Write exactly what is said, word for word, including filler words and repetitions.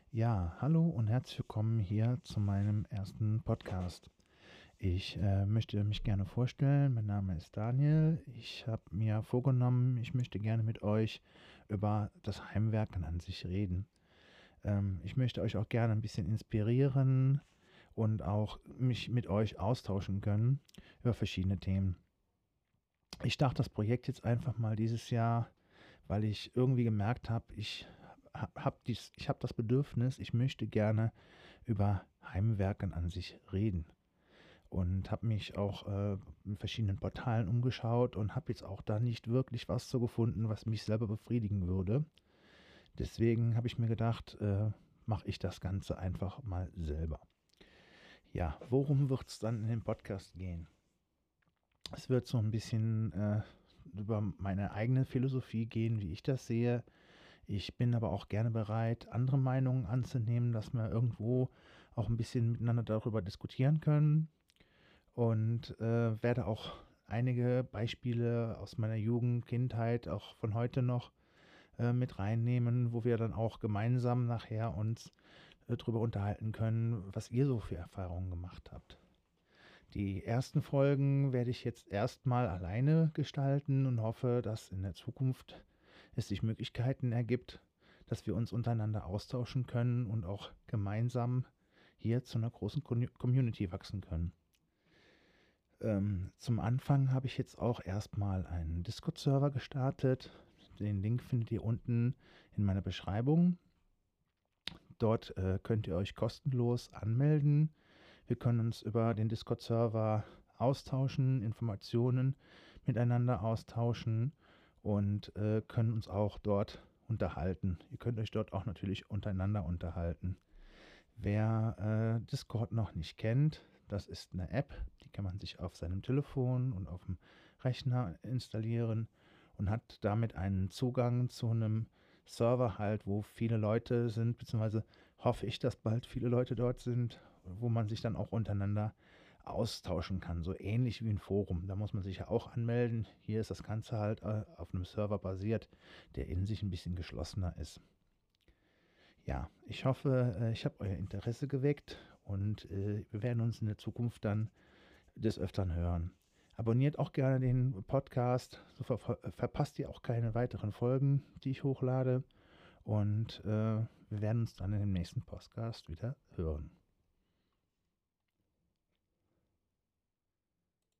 Ja, hallo und herzlich willkommen hier zu meinem ersten Podcast. Ich äh, möchte mich gerne vorstellen. Mein Name ist Daniel. Ich habe mir vorgenommen, ich möchte gerne mit euch über das Heimwerken an sich reden. Ähm, ich möchte euch auch gerne ein bisschen inspirieren und auch mich mit euch austauschen können über verschiedene Themen. Ich starte das Projekt jetzt einfach mal dieses Jahr, weil ich irgendwie gemerkt habe, ich habe dies, ich habe das Bedürfnis, ich möchte gerne über Heimwerken an sich reden und habe mich auch äh, in verschiedenen Portalen umgeschaut und habe jetzt auch da nicht wirklich was so gefunden, was mich selber befriedigen würde. Deswegen habe ich mir gedacht, äh, mache ich das Ganze einfach mal selber. Ja, worum wird es dann in dem Podcast gehen? Es wird so ein bisschen äh, über meine eigene Philosophie gehen, wie ich das sehe. Ich bin aber auch gerne bereit, andere Meinungen anzunehmen, dass wir irgendwo auch ein bisschen miteinander darüber diskutieren können und äh, werde auch einige Beispiele aus meiner Jugend, Kindheit, auch von heute noch äh, mit reinnehmen, wo wir dann auch gemeinsam nachher uns äh, darüber unterhalten können, was ihr so für Erfahrungen gemacht habt. Die ersten Folgen werde ich jetzt erstmal alleine gestalten und hoffe, dass in der Zukunft es sich Möglichkeiten ergibt, dass wir uns untereinander austauschen können und auch gemeinsam hier zu einer großen Community wachsen können. Ähm, zum Anfang habe ich jetzt auch erstmal einen Discord-Server gestartet. Den Link findet ihr unten in meiner Beschreibung. Dort äh, könnt ihr euch kostenlos anmelden. Wir können uns über den Discord-Server austauschen, Informationen miteinander austauschen und äh, können uns auch dort unterhalten. Ihr könnt euch dort auch natürlich untereinander unterhalten. Wer äh, Discord noch nicht kennt, das ist eine App, die kann man sich auf seinem Telefon und auf dem Rechner installieren und hat damit einen Zugang zu einem Server halt, wo viele Leute sind, beziehungsweise hoffe ich, dass bald viele Leute dort sind, wo man sich dann auch untereinander austauschen kann, so ähnlich wie ein Forum. Da muss man sich ja auch anmelden. Hier ist das Ganze halt äh, auf einem Server basiert, der in sich ein bisschen geschlossener ist. Ja, ich hoffe, äh, ich habe euer Interesse geweckt und äh, wir werden uns in der Zukunft dann des Öfteren hören. Abonniert auch gerne den Podcast, so ver verpasst ihr auch keine weiteren Folgen, die ich hochlade. Und äh, wir werden uns dann in dem nächsten Podcast wieder hören.